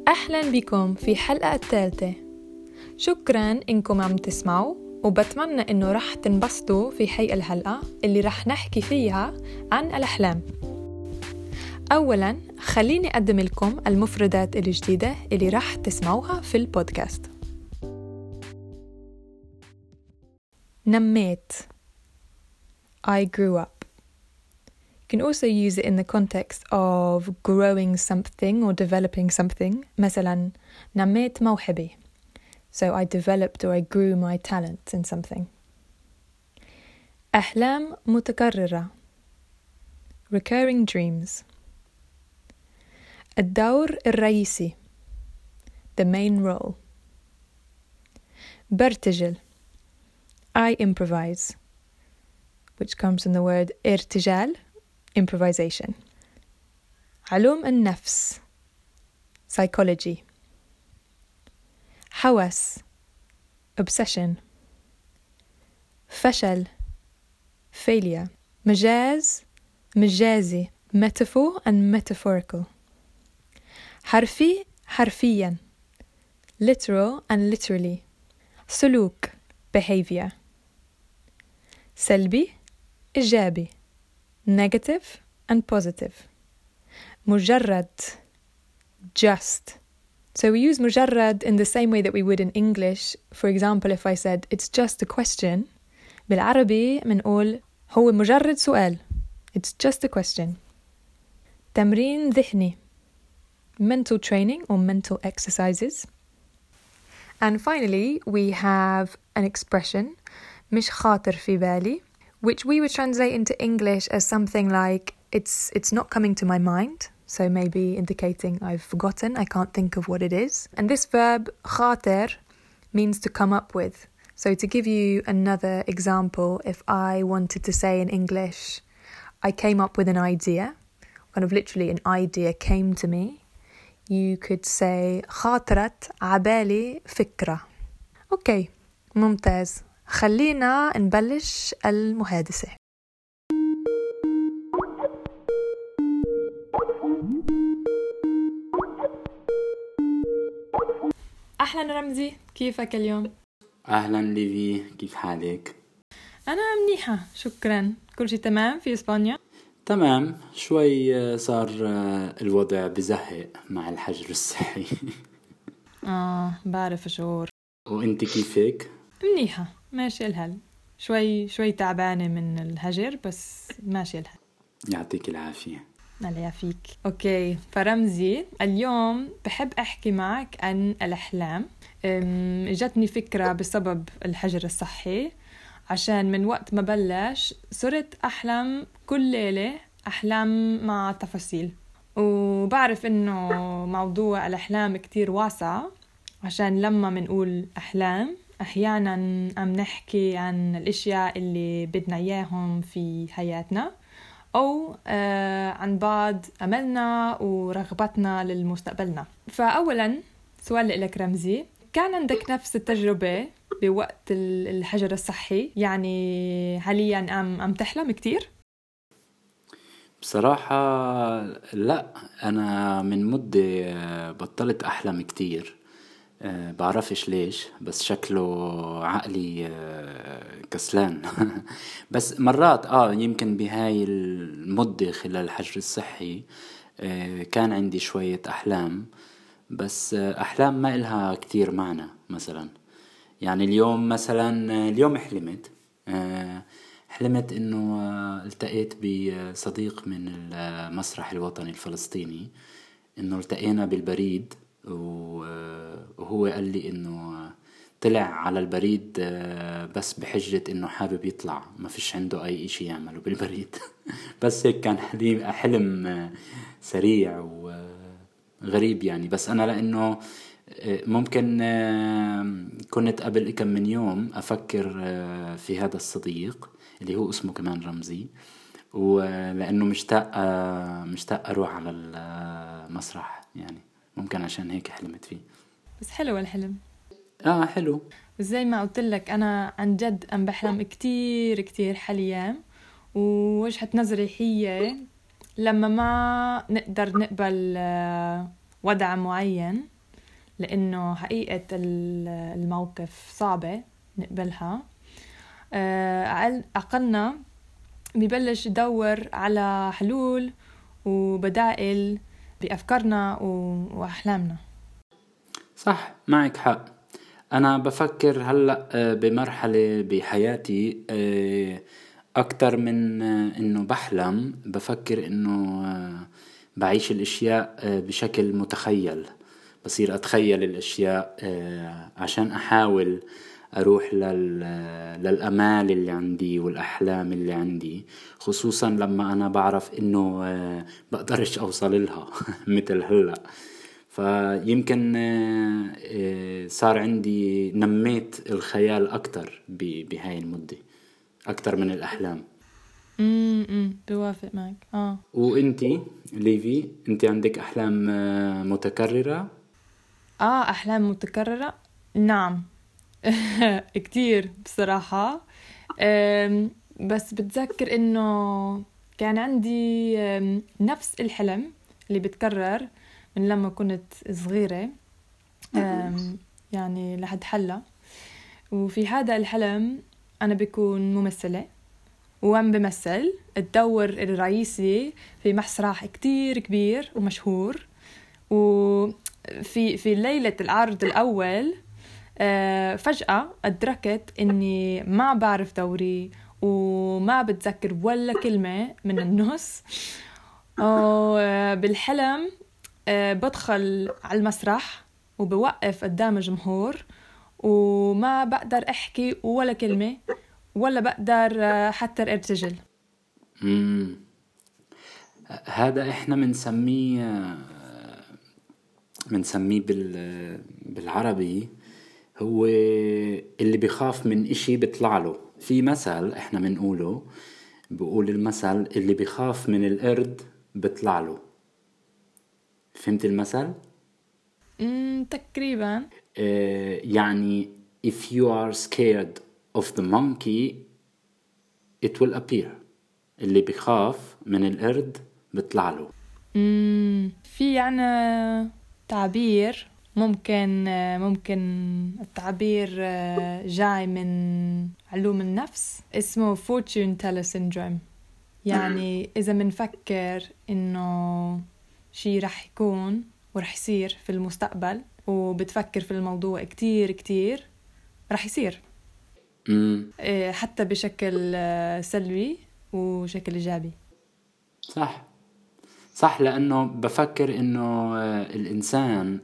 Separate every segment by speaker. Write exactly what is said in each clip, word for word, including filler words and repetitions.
Speaker 1: أهلا بكم في حلقة الثالثة. شكرا إنكم عم تسمعوا، وبتمنى إنه رح تنبسطوا في هاي الحلقة اللي رح نحكي فيها عن الأحلام. أولا خليني أقدم لكم المفردات الجديدة اللي رح تسمعوها في البودكاست. نميت I grew up. You can also use it in the context of growing something or developing something. مثلا نميت موهبي. So I developed or I grew my talent in something. أحلام متكررة. Recurring dreams. الدور الرئيسي. The main role. برتجل. I improvise, which comes from the word ارتجال, improvisation. علوم النفس. Psychology. هوس. Obsession. فشل. Failure. مجاز. مجازي. Metaphor and metaphorical. حرفي. حرفيا. Literal and literally. سلوك. Behavior. سلبي. إيجابي. Negative and positive. مجرد. Just. So we use مجرد in the same way that we would in English. For example, if I said it's just a question, بالعربي منقول هو مجرد سؤال. It's just a question. تمرين ذهني. Mental training or mental exercises. And finally, we have an expression, مش خاطر في بالي, which we would translate into English as something like, it's it's not coming to my mind, so maybe indicating I've forgotten, I can't think of what it is. And this verb, خاطر, means to come up with. So to give you another example, if I wanted to say in English, I came up with an idea, kind of literally an idea came to me, you could say خاطرت عبالي فكرة. Okay, ممتاز. خلينا نبلش المحادثة. أهلا رمزي، كيفك اليوم؟
Speaker 2: أهلا ليفي، كيف حالك؟
Speaker 1: أنا منيحة شكرا. كل شيء تمام في إسبانيا؟
Speaker 2: تمام، شوي صار الوضع بزهق مع الحجر الصحي.
Speaker 1: آه بعرف شعور.
Speaker 2: وإنت كيفك؟
Speaker 1: منيحة، ماشي الحال. شوي شوي تعبانة من الهجر بس ماشي الحال.
Speaker 2: يعطيك العافية.
Speaker 1: الله يعافيك. أوكي، فرمزي اليوم بحب أحكي معك عن الأحلام. جاتني فكرة بسبب الحجر الصحي، عشان من وقت ما بلش صرت أحلم كل ليلة أحلام مع تفاصيل، وبعرف إنه موضوع الأحلام كتير واسع، عشان لما منقول أحلام أحياناً عم نحكي عن الأشياء اللي بدنا إياهم في حياتنا، أو آه عن بعض أملنا ورغبتنا للمستقبلنا. فأولاً سؤال لك رمزي، كان عندك نفس التجربة بوقت الحجر الصحي؟ يعني حالياً عم عم تحلم كتير؟
Speaker 2: بصراحة لا، أنا من مدة بطلت أحلم كتير. أه بعرفش ليش، بس شكله عقلي أه كسلان. بس مرات آه يمكن بهاي المدة خلال الحجر الصحي أه كان عندي شوية أحلام، بس أحلام ما إلها كتير معنى. مثلا يعني اليوم مثلا اليوم حلمت أه حلمت إنه التقيت بصديق من المسرح الوطني الفلسطيني، إنه التقينا بالبريد، وهو قال لي إنه طلع على البريد بس بحجة إنه حابب يطلع، ما فيش عنده أي إشي يعمله بالبريد. بس هيك كان حلم سريع وغريب يعني. بس أنا لأنه ممكن كنت قبل كم من يوم أفكر في هذا الصديق اللي هو اسمه كمان رمزي، ولأنه مشتاق مشتاق أروح على المسرح يعني، ممكن عشان هيك حلمت فيه.
Speaker 1: بس حلو الحلم.
Speaker 2: آه حلو.
Speaker 1: وزي ما قلت لك أنا عن جد أم بحلم كتير كتير حاليا، ووجهة نظري هي لما ما نقدر نقبل وضع معين لأنه حقيقة الموقف صعبة نقبلها. عقلنا بيبلش يدور على حلول وبدائل بأفكارنا وأحلامنا.
Speaker 2: صح، معك حق. أنا بفكر هلأ بمرحلة بحياتي أكتر من إنه بحلم، بفكر إنه بعيش الأشياء بشكل متخيل، بصير أتخيل الأشياء عشان أحاول أروح للأمال اللي عندي والأحلام اللي عندي، خصوصا لما أنا بعرف إنه بقدرش أوصل لها مثل هلأ. فيمكن صار عندي نميت الخيال أكتر بهاي المدة أكتر من الأحلام.
Speaker 1: امم بوافق معك. اه
Speaker 2: وانتي ليفي، انتي عندك أحلام متكررة؟
Speaker 1: اه أحلام متكررة، نعم. كتير بصراحة. بس بتذكر إنه كان عندي نفس الحلم اللي بتكرر من لما كنت صغيرة، يعني لحد حلا. وفي هذا الحلم أنا بكون ممثلة وعم بمثل الدور الرئيسي في مسرح كتير كبير ومشهور. وفي في ليلة العرض الأول فجأة أدركت إني ما بعرف دوري وما بتذكر ولا كلمة من النص. بالحلم بدخل على المسرح وبوقف قدام الجمهور وما بقدر أحكي ولا كلمة ولا بقدر حتى ارتجل.
Speaker 2: مم. هذا إحنا منسميه منسميه بال بالعربي هو اللي بيخاف من إشي بيطلع له. في مثل إحنا منقوله، بقول المثل اللي بيخاف من القرد بيطلع له. فهمت المثل؟
Speaker 1: امم تقريبا.
Speaker 2: آه يعني if you are scared of the monkey it will appear. اللي بيخاف من القرد بيطلع له.
Speaker 1: امم في يعني تعبير ممكن ممكن التعبير جاي من علوم النفس اسمه fortune teller syndrome. يعني إذا منفكر إنه شيء رح يكون ورح يصير في المستقبل وبتفكر في الموضوع كتير كتير رح يصير.
Speaker 2: مم.
Speaker 1: حتى بشكل سلبي وشكل إيجابي.
Speaker 2: صح صح لأنه بفكر إنه الإنسان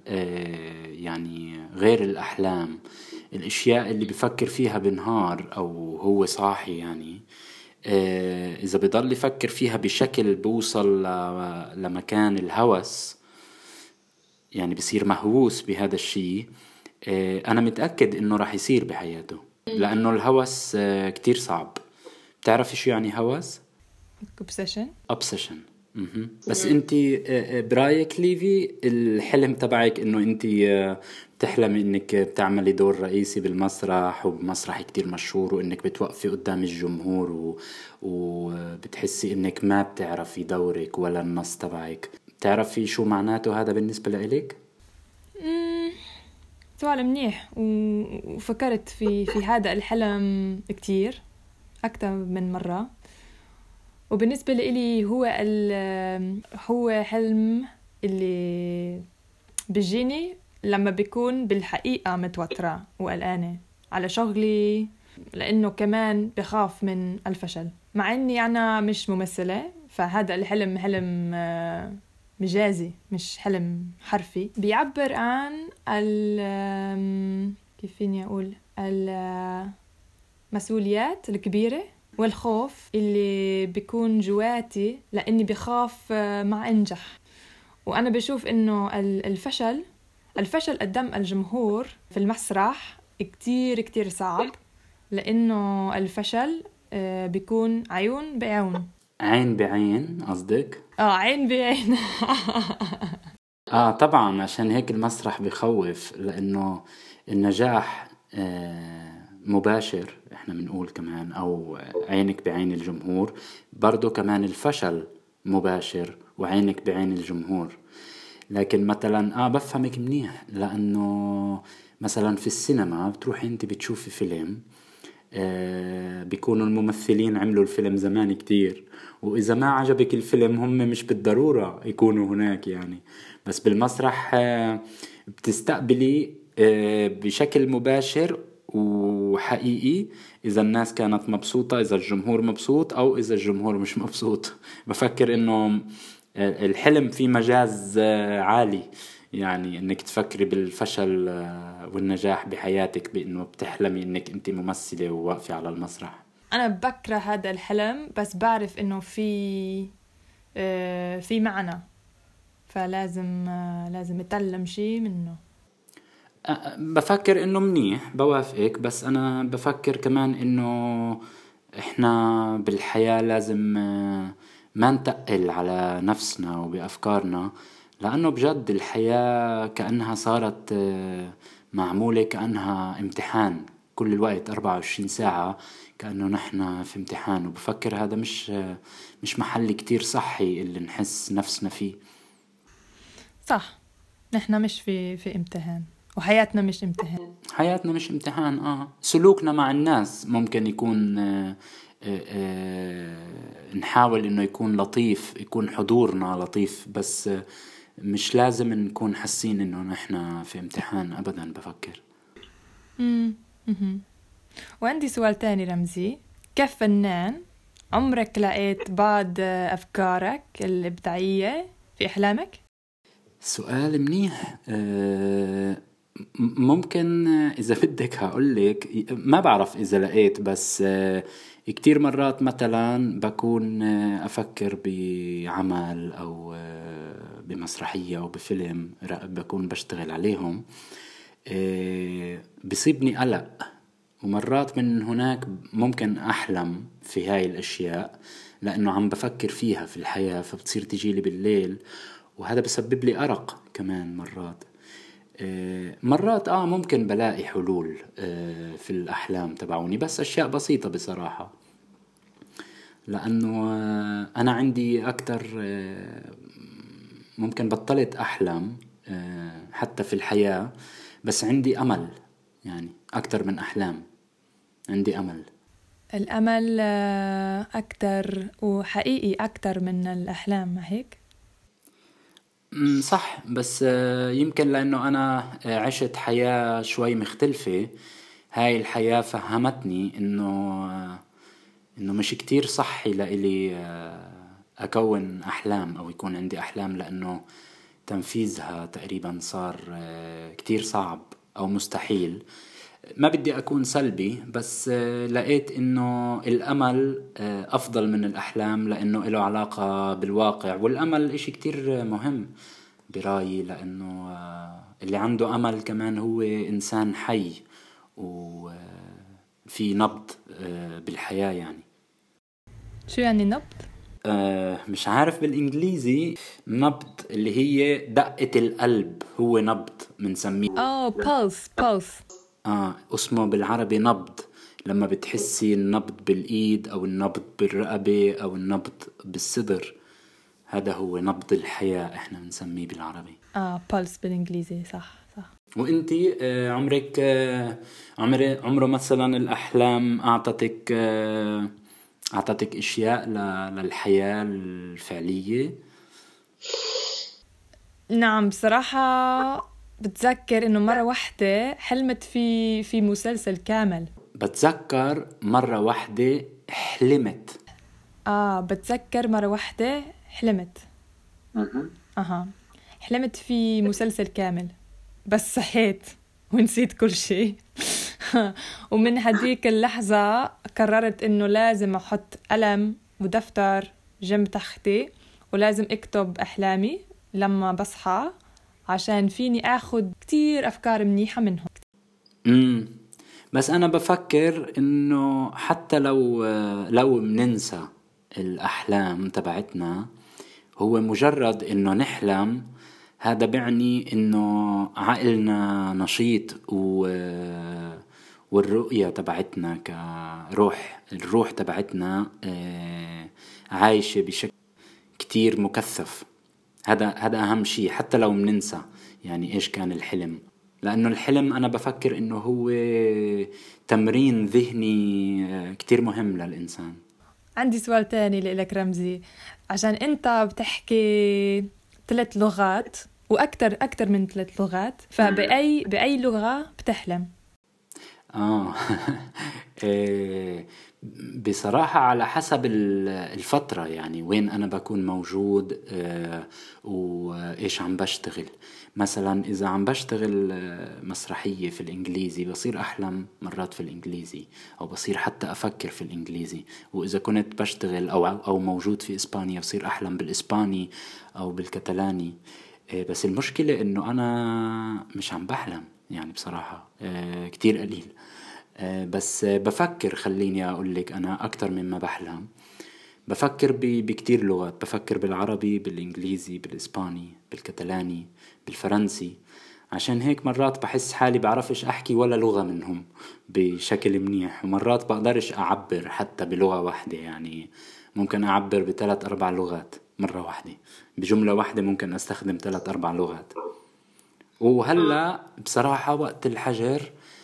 Speaker 2: يعني غير الأحلام، الأشياء اللي بفكر فيها بالنهار أو هو صاحي، يعني إذا بيضل يفكر فيها بشكل بوصل لمكان الهوس، يعني بصير مهووس بهذا الشيء. أنا متأكد إنه راح يصير بحياته، لأنه الهوس كتير صعب. بتعرفي شو يعني هوس؟
Speaker 1: obsession.
Speaker 2: obsession. بس انتي برايك ليفي الحلم تبعك انه انتي بتحلمي انك بتعملي دور رئيسي بالمسرح وبمسرح كتير مشهور وانك بتوقفي قدام الجمهور و... وبتحسي انك ما بتعرفي دورك ولا النص تبعك، بتعرفي شو معناته هذا بالنسبة لإلك؟
Speaker 1: امم سؤال منيح. وفكرت في في هذا الحلم كتير أكثر من مرة. وبالنسبة لي هو هو حلم اللي بيجيني لما بيكون بالحقيقة متوترة وقلقانة على شغلي، لأنه كمان بخاف من الفشل. مع أني أنا مش ممثلة، فهذا الحلم حلم مجازي مش حلم حرفي، بيعبر عن ال كيف فيني أقول المسؤوليات الكبيرة والخوف اللي بيكون جواتي لأني بخاف ما أنجح. وأنا بشوف إنه الفشل الفشل قدام الجمهور في المسرح كتير كتير صعب، لأنه الفشل بيكون عيون بعيون.
Speaker 2: عين بعين قصدك؟
Speaker 1: آه عين بعين.
Speaker 2: آه طبعا، عشان هيك المسرح بيخوف، لأنه النجاح آه مباشر احنا بنقول كمان، او عينك بعين الجمهور، برضو كمان الفشل مباشر وعينك بعين الجمهور. لكن مثلا اه بفهمك منيح، لانه مثلا في السينما بتروحي انت بتشوفي فيلم، آه بيكونوا الممثلين عملوا الفيلم زمان كتير، واذا ما عجبك الفيلم هم مش بالضرورة يكونوا هناك يعني. بس بالمسرح آه بتستقبلي آه بشكل مباشر وحقيقي إذا الناس كانت مبسوطة، إذا الجمهور مبسوط أو إذا الجمهور مش مبسوط. بفكر إنه الحلم فيه مجاز آه، عالي، يعني إنك تفكري بالفشل آه، والنجاح بحياتك، بإنه بتحلمي إنك أنت ممثلة وواقفة على المسرح.
Speaker 1: أنا بكره هذا الحلم، بس بعرف إنه في آه، في معنى، فلازم آه، لازم أتعلم شيء منه.
Speaker 2: أ- بفكر إنه منيح، بوافقك، بس أنا بفكر كمان إنه إحنا بالحياة لازم آه، ما نتقل على نفسنا وبأفكارنا، لأنه بجد الحياة كأنها صارت آه، معمولة كأنها امتحان كل الوقت أربعة وعشرين ساعة، كأنه نحن في امتحان. وبفكر هذا مش آه، مش محل كتير صحي اللي نحس نفسنا فيه.
Speaker 1: صح، نحن مش في في امتحان، وحياتنا مش امتحان.
Speaker 2: حياتنا مش امتحان. اه سلوكنا مع الناس ممكن يكون آه آه آه نحاول انه يكون لطيف، يكون حضورنا لطيف، بس آه مش لازم نكون حاسين انه نحن في امتحان ابدا. بفكر
Speaker 1: مم. مهم. وعندي سؤال تاني رمزي، كيف فنان عمرك لقيت بعض أفكارك الإبداعية في أحلامك؟
Speaker 2: سؤال منيح. آه م- ممكن آه، إذا بدك هقولك ما بعرف إذا لقيت، بس آه، كتير مرات مثلا بكون آه، أفكر بعمل أو آه، بمسرحية أو بفيلم ر- بكون بشتغل عليهم، آه، بصيبني قلق، ومرات من هناك ممكن أحلم في هاي الأشياء لأنه عم بفكر فيها في الحياة، فبتصير تجيلي بالليل، وهذا بسبب لي أرق كمان مرات. آه، مرات آه ممكن بلاقي حلول آه، في الأحلام تبعوني، بس أشياء بسيطة بصراحة، لأنه آه، أنا عندي أكتر آه، ممكن بطلت أحلم آه، حتى في الحياة، بس عندي أمل يعني أكتر من أحلام، عندي أمل.
Speaker 1: الأمل آه، أكتر وحقيقي أكتر من الأحلام، ما هيك؟
Speaker 2: أمم، صح، بس آه، يمكن لأنه أنا آه، عشت حياة شوي مختلفة، هاي الحياة فهمتني إنه آه، إنه مش كتير صحي لإلي آه، أكون أحلام أو يكون عندي أحلام، لأنه تنفيذها تقريبا صار آه، كتير صعب أو مستحيل. ما بدي أكون سلبي، بس آه، لقيت إنه الأمل آه، أفضل من الأحلام، لأنه له علاقة بالواقع، والأمل إشي كتير مهم برأيي، لأنه آه، اللي عنده أمل كمان هو إنسان حي وفي نبض آه، بالحياة يعني.
Speaker 1: شو يعني نبض؟
Speaker 2: آه، مش عارف بالإنجليزي. نبض اللي هي دقة القلب، هو نبض منسميه.
Speaker 1: آه pulse pulse.
Speaker 2: آه اسمه بالعربي نبض، لما بتحسي النبض بالإيد أو النبض بالرقبة أو النبض بالصدر، هذا هو نبض الحياة إحنا بنسميه بالعربي.
Speaker 1: آه pulse بالإنجليزي، صح صح.
Speaker 2: وإنتي آه عمرك آه عمر عمره مثلا الأحلام أعطتك آه أعطتك إشياء ل- للحياة الفعلية؟
Speaker 1: نعم، بصراحة بتذكر إنه مرة واحدة حلمت في في مسلسل كامل.
Speaker 2: بتذكر مرة واحدة حلمت.
Speaker 1: آه بتذكر مرة واحدة حلمت.
Speaker 2: مهم.
Speaker 1: أها، حلمت في مسلسل كامل، بس صحيت ونسيت كل شيء. ومن هديك اللحظة قررت إنه لازم أحط قلم ودفتر جنب تختي، ولازم أكتب أحلامي لما بصحى، عشان فيني أخذ كتير أفكار منيحة منهم.
Speaker 2: امم بس انا بفكر انه حتى لو لو مننسى الاحلام تبعتنا، هو مجرد انه نحلم، هذا بيعني انه عقلنا نشيط و والرؤية تبعتنا كروح، الروح تبعتنا آه، عايشة بشكل كتير مكثف. هذا هذا أهم شيء، حتى لو مننسى يعني إيش كان الحلم، لأنه الحلم أنا بفكر إنه هو تمرين ذهني كتير مهم للإنسان.
Speaker 1: عندي سؤال تاني لك رمزي، عشان أنت بتحكي ثلاث لغات وأكتر أكتر من ثلاث لغات، فبأي بأي لغة بتحلم؟
Speaker 2: آه بصراحة على حسب الفترة، يعني وين أنا بكون موجود وإيش عم بشتغل. مثلا إذا عم بشتغل مسرحية في الإنجليزي بصير أحلم مرات في الإنجليزي، أو بصير حتى أفكر في الإنجليزي. وإذا كنت بشتغل أو أو موجود في إسبانيا بصير أحلم بالإسباني أو بالكتالاني. بس المشكلة إنه أنا مش عم بحلم يعني بصراحة كتير قليل، بس بفكر. خليني أقول لك أنا أكتر مما بحلم. بفكر بكتير لغات، بفكر بالعربي، بالإنجليزي، بالإسباني، بالكتالاني، بالفرنسي. عشان هيك مرات بحس حالي بعرفش أحكي ولا لغة منهم بشكل منيح، ومرات بقدرش أعبر حتى بلغة واحدة. يعني ممكن أعبر بثلاث أربع لغات مرة واحدة، بجملة واحدة ممكن أستخدم ثلاث أربع لغات. وهلأ بصراحة وقت الحجر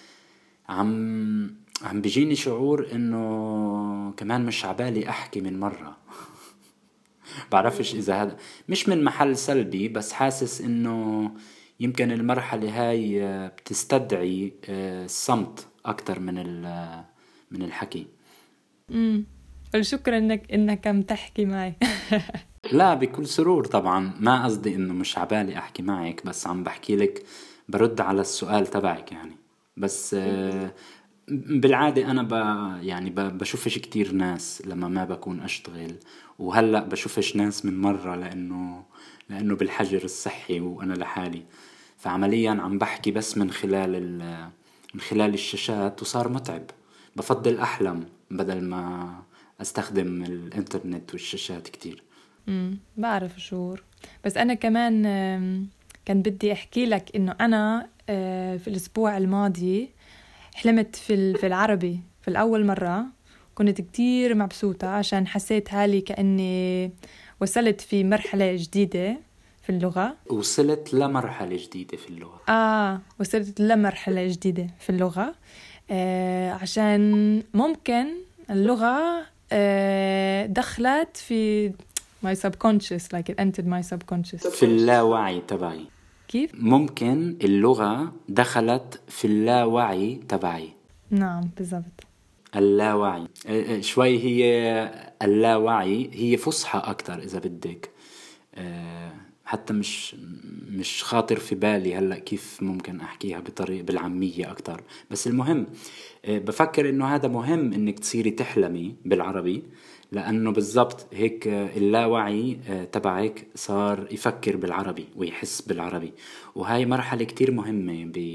Speaker 2: عم عم بيجيني شعور إنه كمان مش عبالي أحكي من مرة. بعرفش إذا هذا مش من محل سلبي، بس حاسس إنه يمكن المرحلة هاي بتستدعي الصمت أكتر من من الحكي.
Speaker 1: امم شكرا إنك إنك عم تحكي معي.
Speaker 2: لا، بكل سرور طبعا. ما قصدي إنه مش عبالي أحكي معك، بس عم بحكي لك برد على السؤال تبعك يعني. بس بالعادة أنا ب يعني ب بشوفش كتير ناس لما ما بكون أشتغل، وهلأ بشوفش ناس من مرة لأنه لأنه بالحجر الصحي وأنا لحالي. فعمليا عم بحكي بس من خلال من خلال الشاشات، وصار متعب. بفضل أحلم بدل ما أستخدم الإنترنت والشاشات كتير.
Speaker 1: امم بعرف شعور. بس أنا كمان كان بدي أحكي لك إنه أنا في الأسبوع الماضي حلمت في في العربي في الأول مرة. كنت كتير مبسوطة عشان حسيت حالي كأني وصلت في مرحلة جديدة في اللغة.
Speaker 2: وصلت لمرحلة جديدة في اللغة.
Speaker 1: آه وصلت لمرحلة جديدة في اللغة. آه عشان ممكن اللغة آه دخلت في my subconscious, like it entered my subconscious.
Speaker 2: في اللاوعي تبعي.
Speaker 1: كيف؟
Speaker 2: ممكن اللغة دخلت في اللاوعي تبعي.
Speaker 1: نعم بالضبط.
Speaker 2: اللاوعي شوي هي اللاوعي هي فصحى أكتر إذا بدك. حتى مش مش خاطر في بالي هلأ كيف ممكن أحكيها بطريقة بالعامية أكتر. بس المهم بفكر إنه هذا مهم إنك تصيري تحلمي بالعربي، لأنه بالضبط هيك اللاوعي تبعك صار يفكر بالعربي ويحس بالعربي. وهاي مرحلة كتير مهمة ب...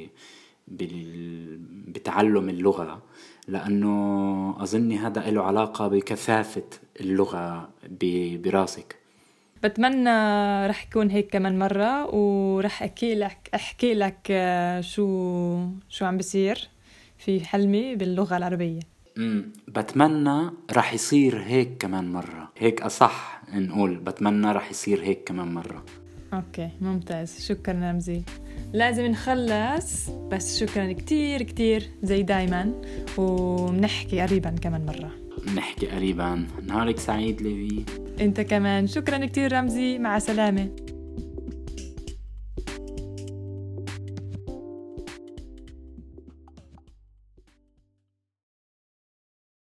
Speaker 2: بتعلم اللغة، لأنه أظني هذا له علاقة بكثافة اللغة ب... براسك.
Speaker 1: بتمنى رح يكون هيك كمان مرة، ورح أحكي لك أحكي لك شو شو عم بيصير في حلمي باللغة العربية.
Speaker 2: امم بتمنى رح يصير هيك كمان مرة. هيك أصح نقول بتمنى رح يصير هيك كمان مرة.
Speaker 1: أوكي ممتاز. شكرا رمزي. لازم نخلص، بس شكرا كتير كتير زي دايما، ومنحكي قريبا كمان مرة.
Speaker 2: نحكي قريبا. نهارك سعيد ليفي.
Speaker 1: انت كمان. شكرا كتير رمزي. مع سلامة.